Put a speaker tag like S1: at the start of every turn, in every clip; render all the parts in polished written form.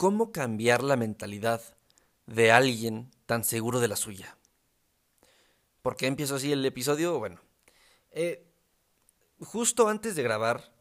S1: ¿Cómo cambiar la mentalidad de alguien tan seguro de la suya? ¿Por qué empiezo así el episodio? Bueno, eh, justo antes de grabar,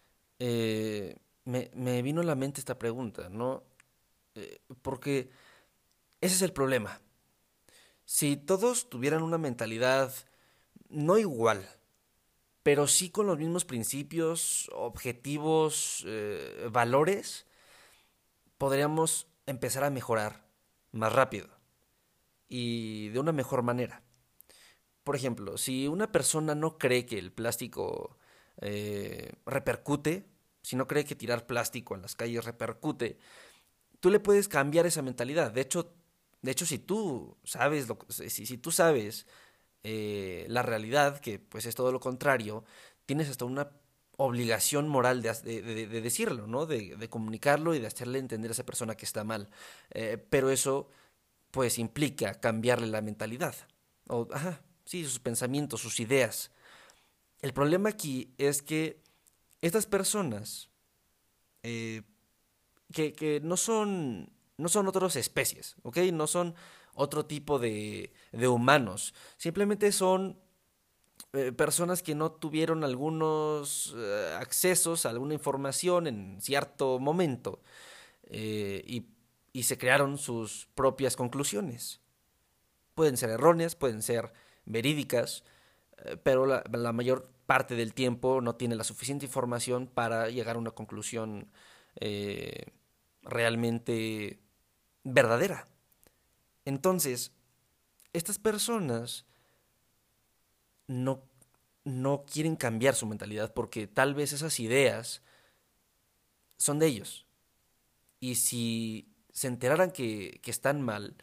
S1: me vino a la mente esta pregunta, ¿no? Porque ese es el problema. Si todos tuvieran una mentalidad no igual, pero sí con los mismos principios, objetivos, valores, podríamos empezar a mejorar más rápido y de una mejor manera. Por ejemplo, si una persona no cree que el plástico repercute, si no cree que tirar plástico en las calles repercute, tú le puedes cambiar esa mentalidad. De hecho, si tú sabes si tú sabes la realidad, que pues es todo lo contrario, tienes hasta una obligación moral de decirlo, ¿no? De comunicarlo y de hacerle entender a esa persona que está mal. Pero eso pues implica cambiarle la mentalidad. Sí, sus pensamientos, sus ideas. El problema aquí es que estas personas eh, que no son otras especies, ¿ok? No son otro tipo de humanos. Simplemente son personas que no tuvieron algunos accesos a alguna información en cierto momento y se crearon sus propias conclusiones. Pueden ser erróneas, pueden ser verídicas, pero la mayor parte del tiempo no tiene la suficiente información para llegar a una conclusión eh, realmente verdadera. Entonces, estas personas no, no quieren cambiar su mentalidad porque tal vez esas ideas son de ellos. Y si se enteraran que están mal,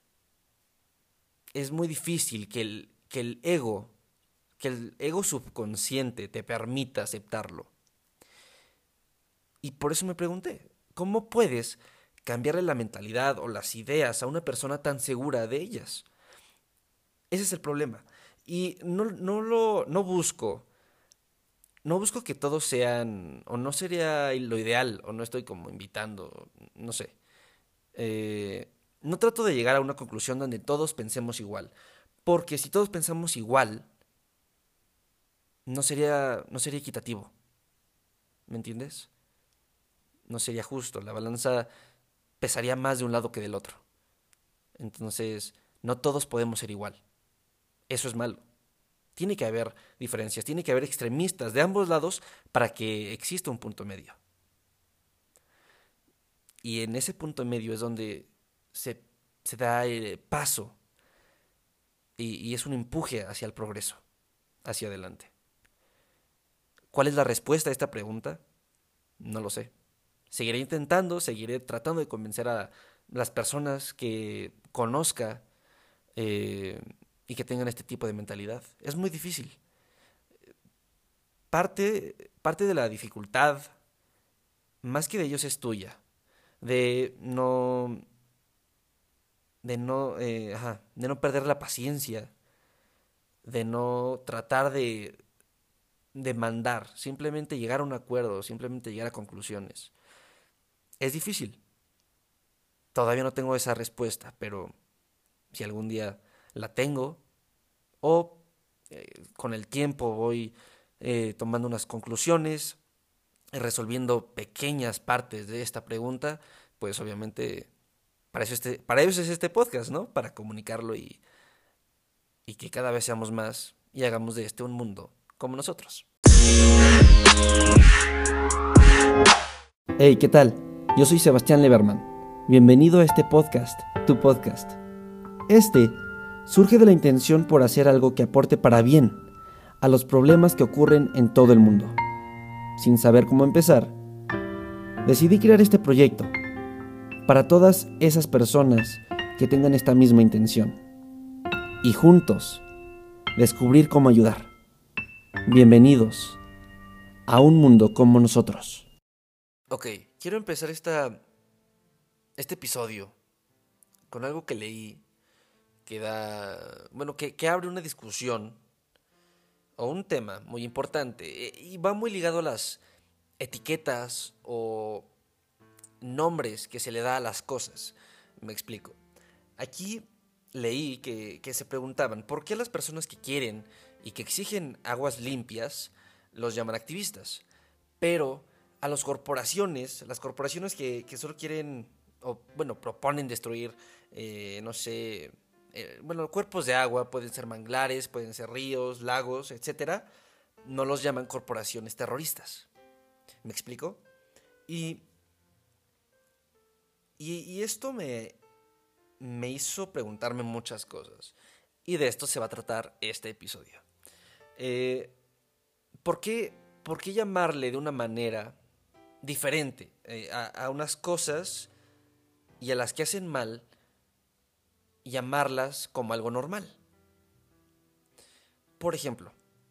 S1: es muy difícil que el ego subconsciente te permita aceptarlo. Y por eso me pregunté, ¿cómo puedes cambiarle la mentalidad o las ideas a una persona tan segura de ellas? Ese es el problema. Y no busco que todos sean, o no sería lo ideal, o no estoy como invitando, no sé. No trato de llegar a una conclusión donde todos pensemos igual. Porque si todos pensamos igual, no sería equitativo. ¿Me entiendes? No sería justo. La balanza pesaría más de un lado que del otro. Entonces, no todos podemos ser igual. Eso es malo. Tiene que haber diferencias, tiene que haber extremistas de ambos lados para que exista un punto medio. Y en ese punto medio es donde se, se da el paso y es un empuje hacia el progreso, hacia adelante. ¿Cuál es la respuesta a esta pregunta? No lo sé. Seguiré intentando, seguiré tratando de convencer a las personas que conozca eh, y que tengan este tipo de mentalidad. Es muy difícil. Parte de la dificultad, más que de ellos, es tuya. De no, de no perder la paciencia, de no tratar de mandar, simplemente llegar a un acuerdo, simplemente llegar a conclusiones. Es difícil. Todavía no tengo esa respuesta, pero si algún día la tengo o con el tiempo voy tomando unas conclusiones, resolviendo pequeñas partes de esta pregunta, pues obviamente para eso es este podcast, ¿no? Para comunicarlo y que cada vez seamos más y hagamos de este un mundo como nosotros. Hey, ¿qué tal? Yo soy Sebastián Leverman. Bienvenido a este podcast, tu podcast. Este surge de la intención por hacer algo que aporte para bien a los problemas que ocurren en todo el mundo. Sin saber cómo empezar, decidí crear este proyecto para todas esas personas que tengan esta misma intención y juntos descubrir cómo ayudar. Bienvenidos a un mundo como nosotros. Ok, quiero empezar este episodio con algo que leí que abre una discusión o un tema muy importante y va muy ligado a las etiquetas o nombres que se le da a las cosas. Me explico. Aquí leí que se preguntaban por qué las personas que quieren y que exigen aguas limpias los llaman activistas. Pero a las corporaciones que solo quieren, o bueno, proponen destruir, no sé, bueno, cuerpos de agua, pueden ser manglares, pueden ser ríos, lagos, etcétera, no los llaman corporaciones terroristas. ¿Me explico? Y, y esto me hizo preguntarme muchas cosas. Y de esto se va a tratar este episodio. Eh, ¿por qué, ¿Por qué llamarle de una manera diferente a unas cosas y a las que hacen mal, llamarlas como algo normal? Por ejemplo,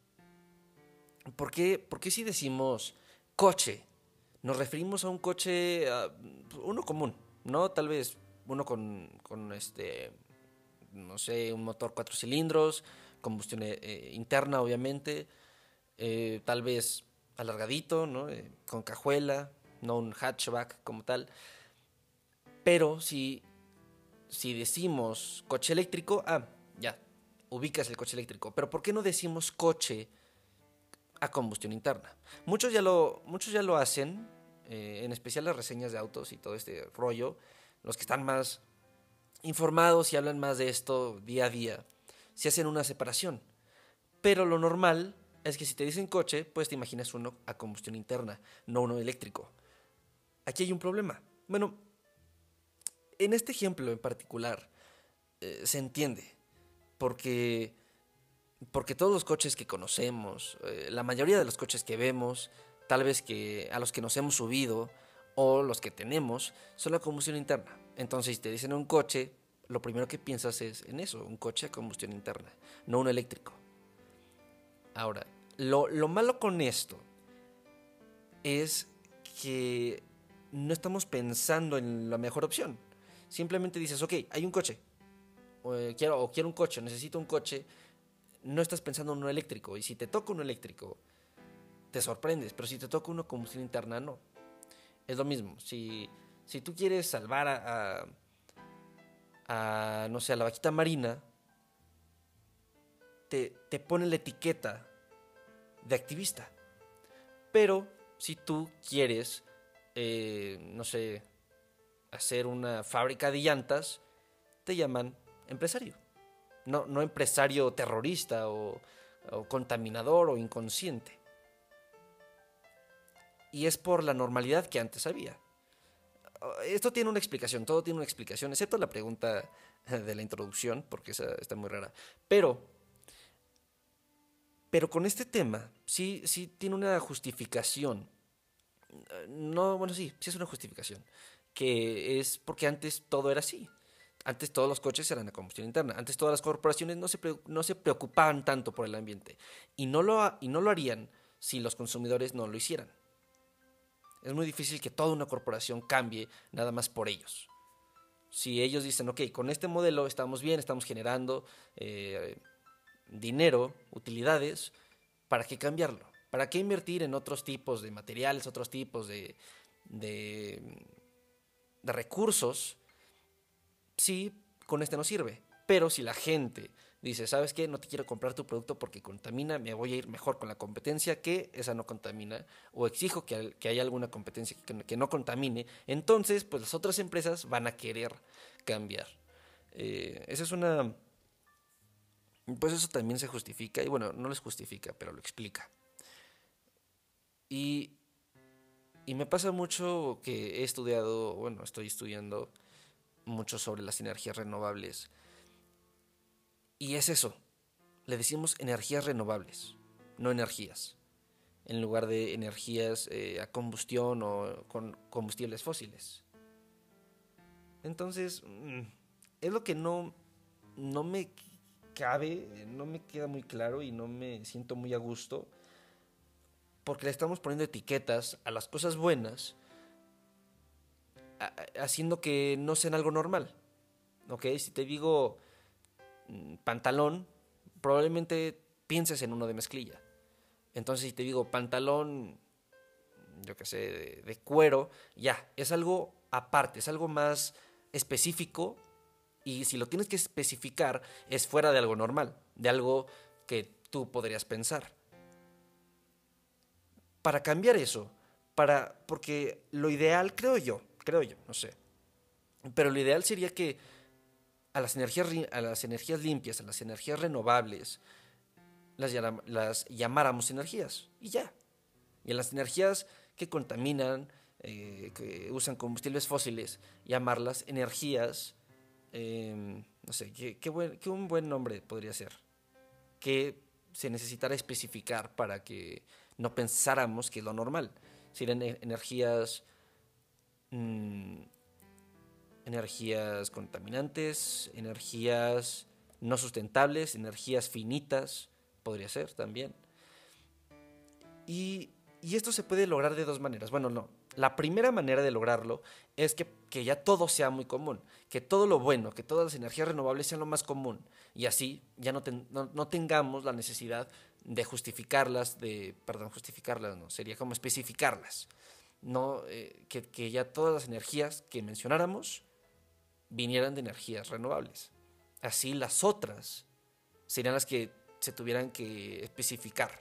S1: por qué si decimos coche, nos referimos a un coche, uno común, ¿no? Tal vez uno con no sé, un motor 4 cilindros, combustión interna, obviamente, tal vez alargadito, ¿no? Con cajuela, no un hatchback como tal. Pero si decimos coche eléctrico, ya, ubicas el coche eléctrico. Pero ¿por qué no decimos coche a combustión interna? Muchos ya lo hacen, en especial las reseñas de autos y todo este rollo, los que están más informados y hablan más de esto día a día, se hacen una separación. Pero lo normal es que si te dicen coche, pues te imaginas uno a combustión interna, no uno eléctrico. Aquí hay un problema. Bueno, en este ejemplo en particular se entiende, porque, porque todos los coches que conocemos, la mayoría de los coches que vemos, tal vez que a los que nos hemos subido o los que tenemos, son a combustión interna. Entonces, si te dicen un coche, lo primero que piensas es en eso, un coche a combustión interna, no uno eléctrico. Ahora, lo malo con esto es que no estamos pensando en la mejor opción. Simplemente dices, ok, hay un coche, quiero un coche, necesito un coche. No estás pensando en uno eléctrico. Y si te toca uno eléctrico, te sorprendes. Pero si te toca uno combustión interna, no. Es lo mismo. Si tú quieres salvar no sé, a la vaquita marina, te pone la etiqueta de activista. Pero si tú quieres, no sé, hacer una fábrica de llantas, te llaman empresario. No empresario terrorista o contaminador o inconsciente. Y es por la normalidad que antes había. Esto tiene una explicación, todo tiene una explicación, excepto la pregunta de la introducción, porque esa está muy rara. Pero con este tema, sí tiene una justificación. No, bueno, sí es una justificación. Que es porque antes todo era así. Antes todos los coches eran a combustión interna. Antes todas las corporaciones no se preocupaban tanto por el ambiente. Y no lo harían si los consumidores no lo hicieran. Es muy difícil que toda una corporación cambie nada más por ellos. Si ellos dicen, ok, con este modelo estamos bien, estamos generando dinero, utilidades, ¿para qué cambiarlo? ¿Para qué invertir en otros tipos de materiales, otros tipos de, de recursos si con este no sirve? Pero si la gente dice, ¿sabes qué? No te quiero comprar tu producto porque contamina, me voy a ir mejor con la competencia que esa no contamina, o exijo que haya alguna competencia que no contamine, entonces pues las otras empresas van a querer cambiar. Esa es una... Pues eso también se justifica, y bueno, no les justifica, pero lo explica. Y, y me pasa mucho que he estudiado, bueno, estoy estudiando mucho sobre las energías renovables. Y es eso, le decimos energías renovables, no energías, en lugar de energías a combustión o con combustibles fósiles. Entonces, es lo que no me cabe, no me queda muy claro y no me siento muy a gusto, porque le estamos poniendo etiquetas a las cosas buenas, haciendo que no sean algo normal. ¿Ok? Si te digo pantalón, probablemente pienses en uno de mezclilla. Entonces, si te digo pantalón, yo qué sé, de cuero, ya, es algo aparte, es algo más específico, y si lo tienes que especificar es fuera de algo normal, de algo que tú podrías pensar. Para cambiar eso, porque lo ideal, creo yo, no sé, pero lo ideal sería que a las energías limpias, a las energías renovables, las llamáramos energías y ya. Y a las energías que contaminan, que usan combustibles fósiles, llamarlas energías, no sé, qué un buen nombre podría ser, que se necesitara especificar para que no pensáramos que es lo normal. Serían energías, mm, energías contaminantes, energías no sustentables, energías finitas, podría ser también. Y esto se puede lograr de dos maneras. Bueno, no. La primera manera de lograrlo es que ya todo sea muy común, que todo lo bueno, que todas las energías renovables sean lo más común. Y así ya no tengamos la necesidad de justificarlas, no, sería como especificarlas. No, que ya todas las energías que mencionáramos vinieran de energías renovables. Así las otras serían las que se tuvieran que especificar.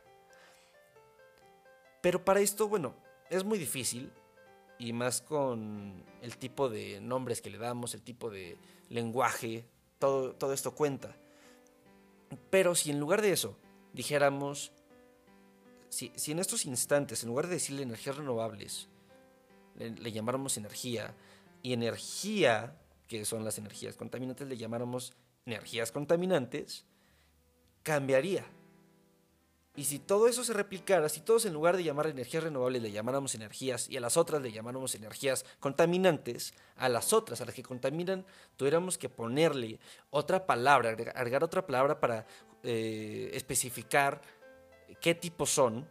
S1: Pero para esto, bueno, es muy difícil, y más con el tipo de nombres que le damos, el tipo de lenguaje, todo esto cuenta. Pero si en lugar de eso dijéramos, si en estos instantes, en lugar de decirle energías renovables, le llamáramos energía, y energía, que son las energías contaminantes, le llamáramos energías contaminantes, cambiaría. Y si todo eso se replicara, si todos en lugar de llamar energías renovables le llamáramos energías y a las otras le llamáramos energías contaminantes, a las otras, a las que contaminan, tuviéramos que ponerle otra palabra, agregar otra palabra para especificar qué tipos son,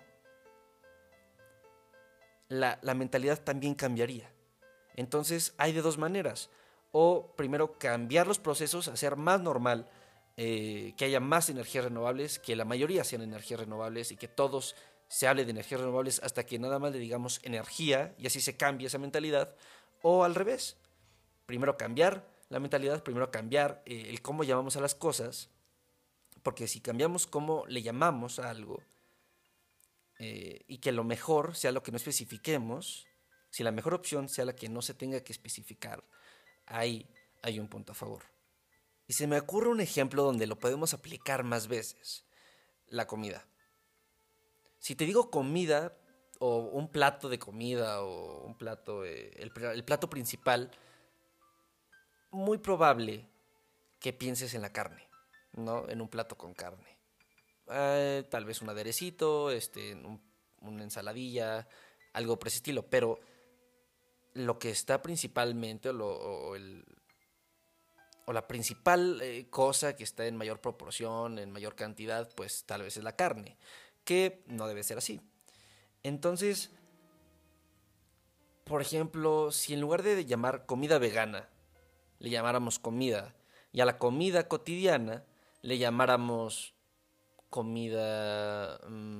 S1: la mentalidad también cambiaría. Entonces hay de dos maneras. O primero cambiar los procesos, hacer más normal que haya más energías renovables, que la mayoría sean energías renovables y que todos se hable de energías renovables hasta que nada más le digamos energía y así se cambie esa mentalidad. O al revés, primero cambiar la mentalidad, primero cambiar el cómo llamamos a las cosas, porque si cambiamos cómo le llamamos a algo y que lo mejor sea lo que no especifiquemos, si la mejor opción sea la que no se tenga que especificar, ahí hay un punto a favor. Y se me ocurre un ejemplo donde lo podemos aplicar más veces. La comida. Si te digo comida, o un plato de comida, o un plato, el plato principal, muy probable que pienses en la carne, ¿no? En un plato con carne. Tal vez un aderecito, una ensaladilla, algo por ese estilo. Pero lo que está principalmente, o la principal cosa que está en mayor proporción, en mayor cantidad, pues tal vez es la carne, que no debe ser así. Entonces, por ejemplo, si en lugar de llamar comida vegana, le llamáramos comida, y a la comida cotidiana le llamáramos comida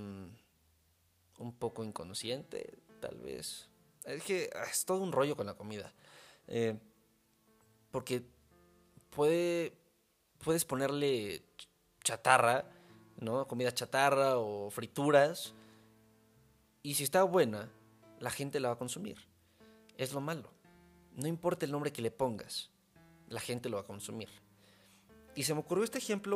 S1: un poco inconsciente, tal vez. Es que es todo un rollo con la comida. Porque puede, puedes ponerle chatarra, ¿no? Comida chatarra o frituras. Y si está buena, la gente la va a consumir. Es lo malo. No importa el nombre que le pongas, la gente lo va a consumir. Y se me ocurrió este ejemplo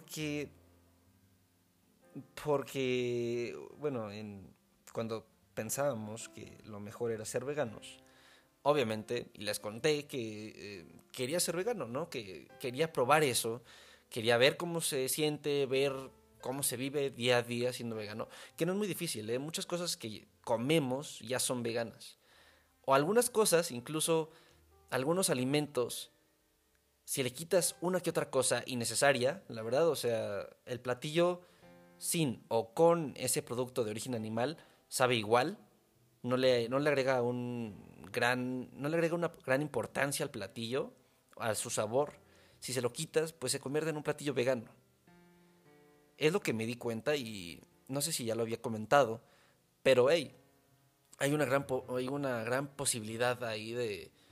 S1: bueno, cuando pensábamos que lo mejor era ser veganos, obviamente, y les conté que quería ser vegano, ¿no? Que quería probar eso, quería ver cómo se siente, ver cómo se vive día a día siendo vegano, que no es muy difícil, ¿eh? Muchas cosas que comemos ya son veganas. O algunas cosas, incluso algunos alimentos, si le quitas una que otra cosa innecesaria, la verdad, o sea, el platillo sin o con ese producto de origen animal sabe igual, no le agrega no le agrega una gran importancia al platillo, a su sabor. Si se lo quitas, pues se convierte en un platillo vegano. Es lo que me di cuenta y no sé si ya lo había comentado, pero hey, hay una gran posibilidad ahí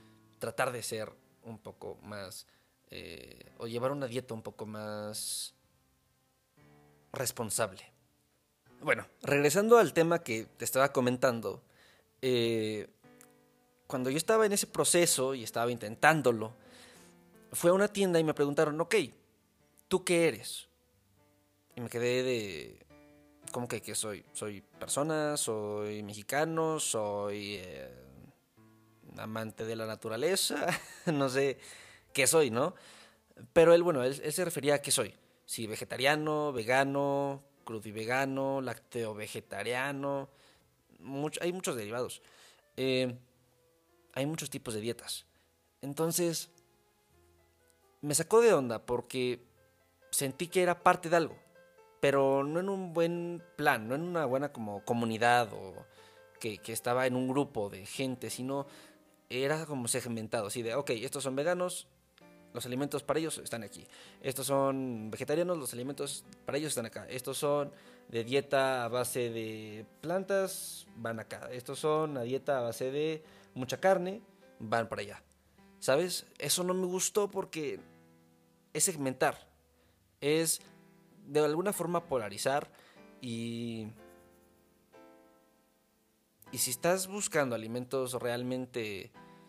S1: tratar de ser un poco más, o llevar una dieta un poco más responsable. Bueno, regresando al tema que te estaba comentando, eh, cuando yo estaba en ese proceso y estaba intentándolo, fui a una tienda y me preguntaron, ok, ¿tú qué eres? Y me quedé de, ¿cómo que qué soy? ¿Soy persona? ¿Soy mexicano? ¿Soy amante de la naturaleza? No sé qué soy, ¿no? Pero él, bueno, él se refería a qué soy. Si vegetariano, vegano, crudivegano, lácteo vegetariano. Hay muchos derivados. Eh, hay muchos tipos de dietas. Entonces, me sacó de onda porque sentí que era parte de algo, pero no en un buen plan, no en una buena como comunidad o que estaba en un grupo de gente, sino era como segmentado, así de, ok, estos son veganos, los alimentos para ellos están aquí. Estos son vegetarianos, los alimentos para ellos están acá. Estos son de dieta a base de plantas, van acá. Estos son a dieta a base de mucha carne, van para allá. ¿Sabes? Eso no me gustó porque es segmentar. Es de alguna forma polarizar y... Y si estás buscando alimentos realmente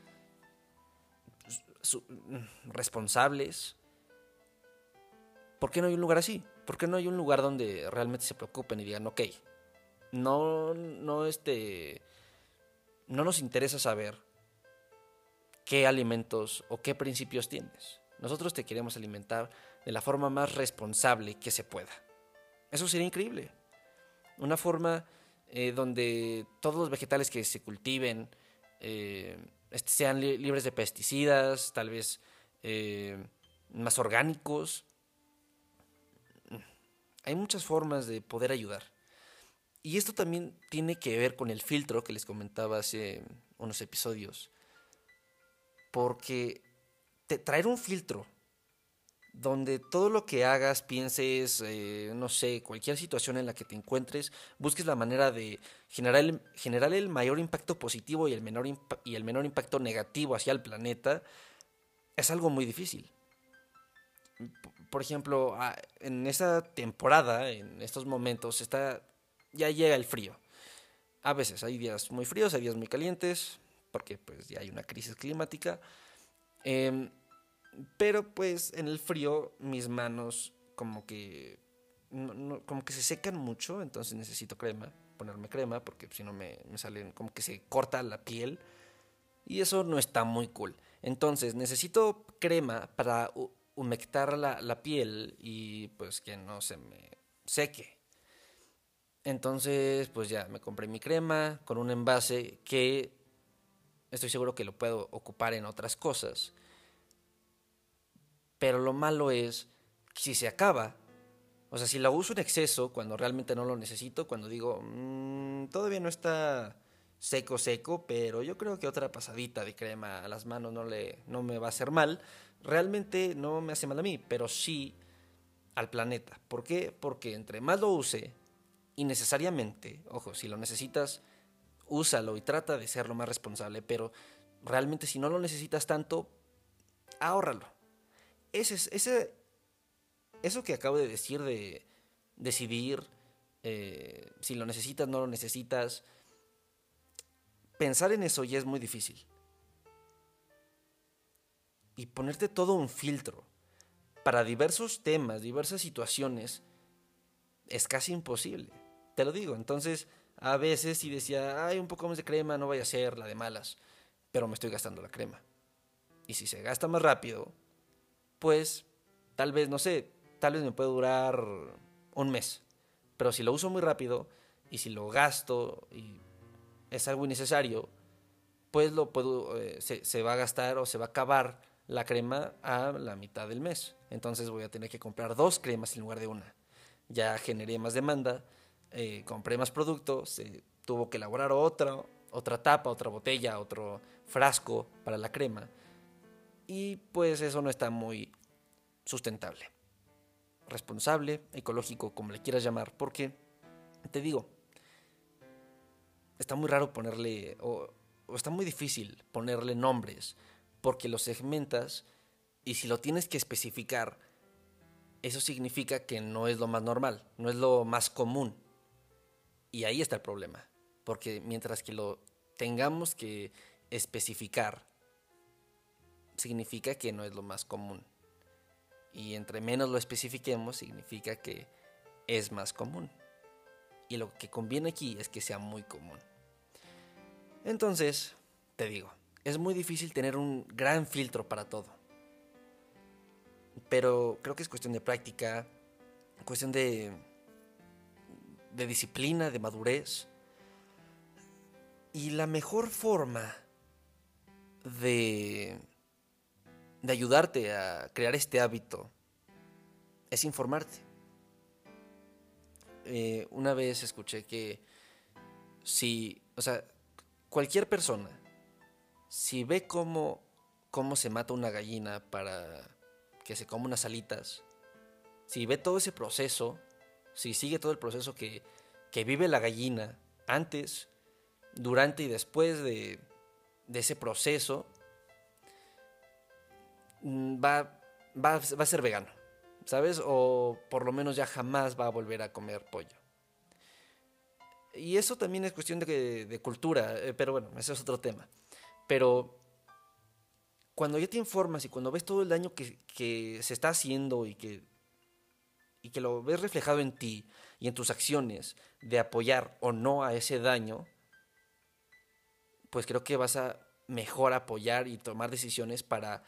S1: responsables, ¿por qué no hay un lugar así? ¿Por qué no hay un lugar donde realmente se preocupen y digan, ok, no nos interesa saber qué alimentos o qué principios tienes? Nosotros te queremos alimentar de la forma más responsable que se pueda. Eso sería increíble. Una forma donde todos los vegetales que se cultiven sean libres de pesticidas, tal vez más orgánicos. Hay muchas formas de poder ayudar. Y esto también tiene que ver con el filtro que les comentaba hace unos episodios. Porque traer un filtro donde todo lo que hagas, pienses, no sé, cualquier situación en la que te encuentres, busques la manera de generar el mayor impacto positivo y el menor impacto negativo hacia el planeta, es algo muy difícil. Por ejemplo, en esta temporada, en estos momentos, ya llega el frío. A veces hay días muy fríos, hay días muy calientes, porque pues ya hay una crisis climática. Eh, pero pues en el frío mis manos como que como que se secan mucho, entonces necesito crema, ponerme crema, porque si no me salen como que se corta la piel y eso no está muy cool. Entonces necesito crema para humectar la piel y pues que no se me seque. Entonces pues ya me compré mi crema con un envase que estoy seguro que lo puedo ocupar en otras cosas. Pero lo malo es que si se acaba, o sea, si la uso en exceso cuando realmente no lo necesito, cuando digo, todavía no está seco, seco, pero yo creo que otra pasadita de crema a las manos no me va a hacer mal, realmente no me hace mal a mí, pero sí al planeta. ¿Por qué? Porque entre más lo use, innecesariamente, ojo, si lo necesitas, úsalo y trata de ser lo más responsable, pero realmente si no lo necesitas tanto, ahórralo. Eso que acabo de decir de decidir si lo necesitas, no lo necesitas, pensar en eso ya es muy difícil. Y ponerte todo un filtro para diversos temas, diversas situaciones, es casi imposible. Te lo digo, entonces a veces si decía, ay, un poco más de crema, no vaya a ser la de malas, pero me estoy gastando la crema. Y si se gasta más rápido, pues tal vez, no sé, tal vez me puede durar un mes. Pero si lo uso muy rápido y si lo gasto y es algo innecesario, pues se va a gastar o se va a acabar la crema a la mitad del mes. Entonces voy a tener que comprar dos cremas en lugar de una. Ya generé más demanda, compré más productos, se tuvo que elaborar otra tapa, otra botella, otro frasco para la crema. Y pues eso no está muy sustentable, responsable, ecológico, como le quieras llamar, porque te digo, está muy raro ponerle, o está muy difícil ponerle nombres, porque lo segmentas y si lo tienes que especificar, eso significa que no es lo más normal, no es lo más común. Y ahí está el problema, porque mientras que lo tengamos que especificar, significa que no es lo más común. Y entre menos lo especifiquemos, significa que es más común. Y lo que conviene aquí es que sea muy común. Entonces, te digo, es muy difícil tener un gran filtro para todo. Pero creo que es cuestión de práctica, cuestión de disciplina, de madurez. Y la mejor forma de ayudarte a crear este hábito es informarte. Una vez escuché que cualquier persona, si ve cómo se mata una gallina para que se coma unas alitas, si ve todo ese proceso, si sigue todo el proceso que vive la gallina antes, durante y después de ese proceso, va a ser vegano, ¿sabes? O por lo menos ya jamás va a volver a comer pollo. Y eso también es cuestión de cultura, pero bueno, ese es otro tema. Pero cuando ya te informas y cuando ves todo el daño que se está haciendo y que lo ves reflejado en ti y en tus acciones de apoyar o no a ese daño, pues creo que vas a mejor apoyar y tomar decisiones para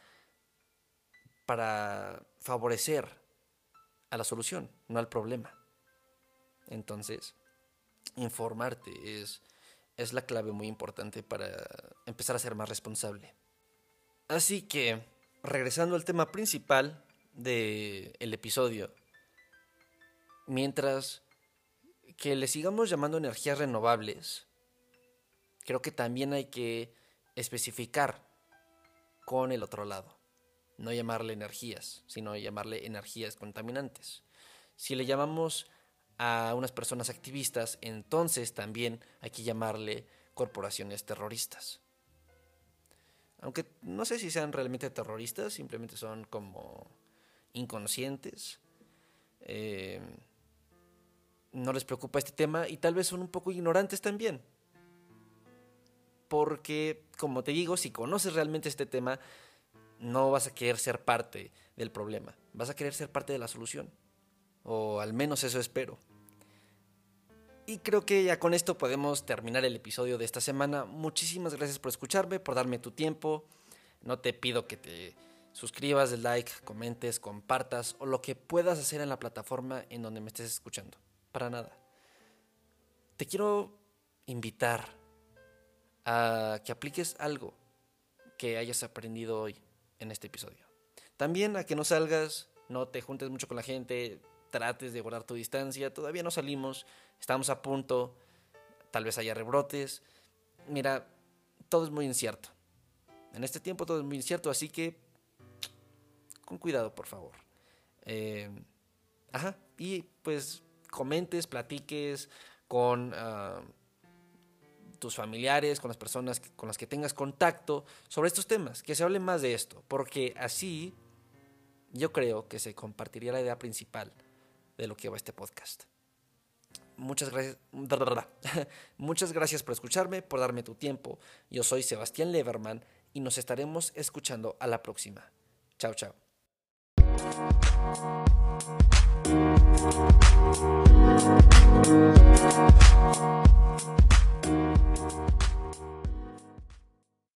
S1: favorecer a la solución, no al problema. Entonces, informarte es la clave muy importante para empezar a ser más responsable. Así que, regresando al tema principal del episodio, mientras que le sigamos llamando energías renovables, creo que también hay que especificar con el otro lado. No llamarle energías, sino llamarle energías contaminantes. Si le llamamos a unas personas activistas, entonces también hay que llamarle corporaciones terroristas. Aunque no sé si sean realmente terroristas, simplemente son como inconscientes. No les preocupa este tema y tal vez son un poco ignorantes también. Porque, como te digo, si conoces realmente este tema, no vas a querer ser parte del problema, vas a querer ser parte de la solución. O al menos eso espero. Y creo que ya con esto podemos terminar el episodio de esta semana. Muchísimas gracias por escucharme, por darme tu tiempo. No te pido que te suscribas, des like, comentes, compartas o lo que puedas hacer en la plataforma en donde me estés escuchando. Para nada. Te quiero invitar a que apliques algo que hayas aprendido hoy en este episodio. También a que no salgas, no te juntes mucho con la gente, trates de guardar tu distancia. Todavía no salimos, estamos a punto, tal vez haya rebrotes. Mira, todo es muy incierto. En este tiempo todo es muy incierto, así que con cuidado, por favor. Y pues comentes, platiques con tus familiares, con las personas con las que tengas contacto sobre estos temas, que se hable más de esto, porque así yo creo que se compartiría la idea principal de lo que va este podcast. Muchas gracias. Muchas gracias por escucharme, por darme tu tiempo. Yo soy Sebastián Leverman y nos estaremos escuchando a la próxima. Chao, chao.